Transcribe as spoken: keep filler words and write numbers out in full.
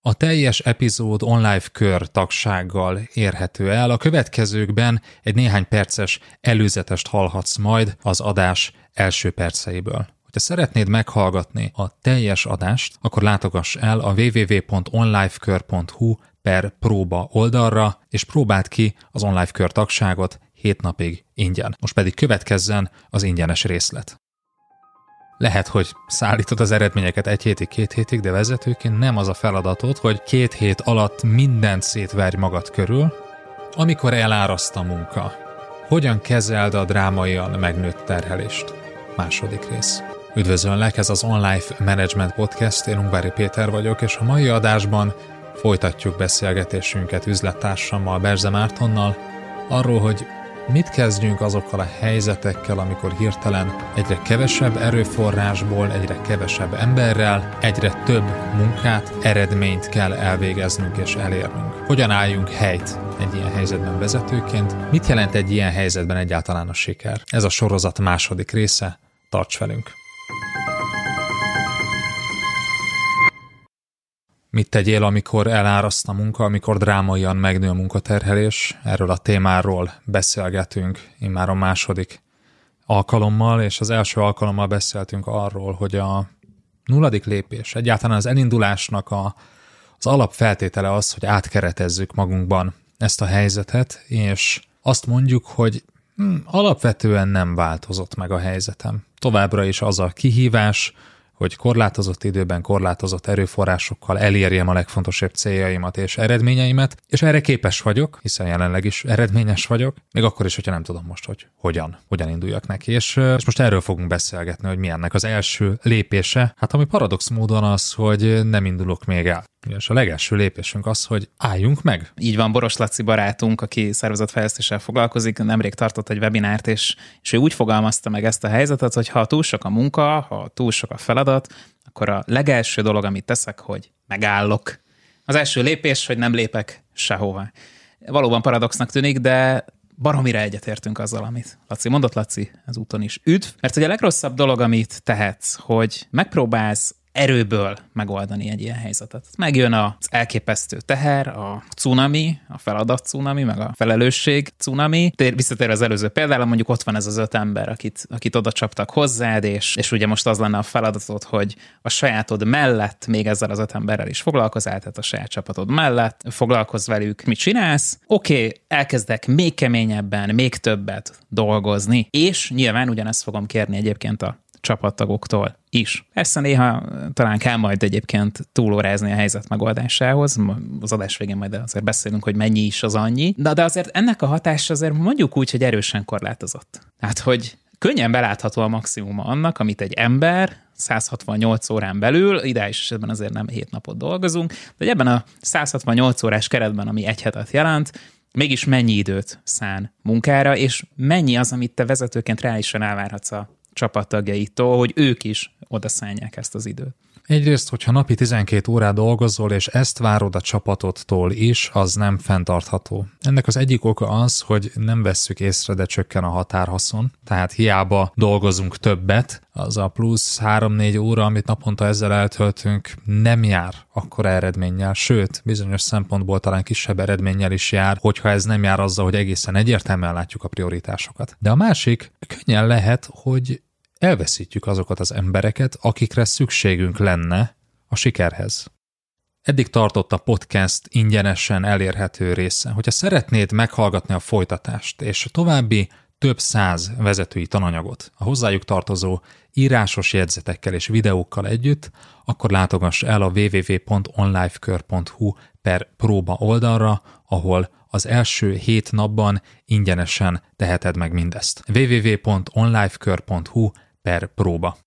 A teljes epizód online kör tagsággal érhető el. A következőkben egy néhány perces előzetest hallhatsz majd az adás első perceiből. Ha szeretnéd meghallgatni a teljes adást, akkor látogass el a www.onlifekör.hu per próba oldalra, és próbáld ki az online kör tagságot hét napig ingyen. Most pedig következzen az ingyenes részlet. Lehet, hogy szállítod az eredményeket egy hétig, két hétig, de vezetőként nem az a feladatod, hogy két hét alatt mindent szétverj magad körül. Amikor eláraszt a munka, hogyan kezeld a drámaian megnőtt terhelést? Második rész. Üdvözöllek, ez az Online Management Podcast, én Ungvári Péter vagyok, és a mai adásban folytatjuk beszélgetésünket üzlettársammal, Berze Mártonnal, arról, hogy mit kezdjünk azokkal a helyzetekkel, amikor hirtelen egyre kevesebb erőforrásból, egyre kevesebb emberrel, egyre több munkát, eredményt kell elvégeznünk és elérnünk. Hogyan álljunk helyt egy ilyen helyzetben vezetőként? Mit jelent egy ilyen helyzetben egyáltalán a siker? Ez a sorozat második része, tarts velünk! Mit tegyél, amikor eláraszt a munka, amikor drámaian megnő a munkaterhelés? Erről a témáról beszélgetünk immár a második alkalommal, és az első alkalommal beszéltünk arról, hogy a nulladik lépés, egyáltalán az elindulásnak a, az alapfeltétele az, hogy átkeretezzük magunkban ezt a helyzetet, és azt mondjuk, hogy hm, alapvetően nem változott meg a helyzetem. Továbbra is az a kihívás, hogy korlátozott időben, korlátozott erőforrásokkal elérjem a legfontosabb céljaimat és eredményeimet, és erre képes vagyok, hiszen jelenleg is eredményes vagyok, még akkor is, hogyha nem tudom most, hogy hogyan, hogyan induljak neki. És, és most erről fogunk beszélgetni, hogy mi ennek az első lépése, hát ami paradox módon az, hogy nem indulok még el. És a legelső lépésünk az, hogy álljunk meg. Így van, Boros Laci barátunk, aki szervezetfejlesztéssel foglalkozik, nemrég tartott egy webinárt, és, és ő úgy fogalmazta meg ezt a helyzetet, hogy ha túl sok a munka, ha túl sok a feladat, akkor a legelső dolog, amit teszek, hogy megállok. Az első lépés, hogy nem lépek sehova. Valóban paradoxnak tűnik, de baromira egyetértünk azzal, amit Laci mondott. Laci, ezúton is üdv. Mert ugye a legrosszabb dolog, amit tehetsz, hogy megpróbálsz erőből megoldani egy ilyen helyzetet. Megjön az elképesztő teher, a cunami, a feladat cunami, meg a felelősség cunami. Visszatérve az előző példára, mondjuk ott van ez az öt ember, akit, akit oda csaptak hozzád, és, és ugye most az lenne a feladatod, hogy a sajátod mellett még ezzel az öt emberrel is foglalkozál, tehát a saját csapatod mellett foglalkozz velük, mit csinálsz. Oké, okay, elkezdek még keményebben, még többet dolgozni, és nyilván ugyanezt fogom kérni egyébként a csapattagoktól is. Persze néha talán kell majd egyébként túlórázni a helyzet megoldásához, az adás végén majd azért beszélünk, hogy mennyi is az annyi, de, de azért ennek a hatása azért mondjuk úgy, hogy erősen korlátozott. Tehát, hogy könnyen belátható a maximuma annak, amit egy ember száz hatvannyolc órán belül, ideális esetben azért nem hét napot dolgozunk, de ebben a száz hatvannyolc órás keretben, ami egy hetet jelent, mégis mennyi időt szán munkára, és mennyi az, amit te vezetőként reálisan elvárhatsz a csapattagjaitól, hogy ők is odaszállják ezt az időt. Egyrészt, hogyha napi tizenkét órát dolgozol, és ezt várod a csapatodtól is, az nem fenntartható. Ennek az egyik oka az, hogy nem vesszük észre, de csökken a határhaszon, tehát hiába dolgozunk többet, az a plusz három-négy óra, amit naponta ezzel eltöltünk, nem jár akkora eredménnyel, sőt, bizonyos szempontból talán kisebb eredménnyel is jár, hogyha ez nem jár azzal, hogy egészen egyértelműen látjuk a prioritásokat. De a másik, könnyen lehet, hogy elveszítjük azokat az embereket, akikre szükségünk lenne a sikerhez. Eddig tartott a podcast ingyenesen elérhető része. Hogyha szeretnéd meghallgatni a folytatást és további több száz vezetői tananyagot a hozzájuk tartozó írásos jegyzetekkel és videókkal együtt, akkor látogass el a www.onlifekör.hu per próba oldalra, ahol az első hét napban ingyenesen teheted meg mindezt. www.onlifekör.hu per próba.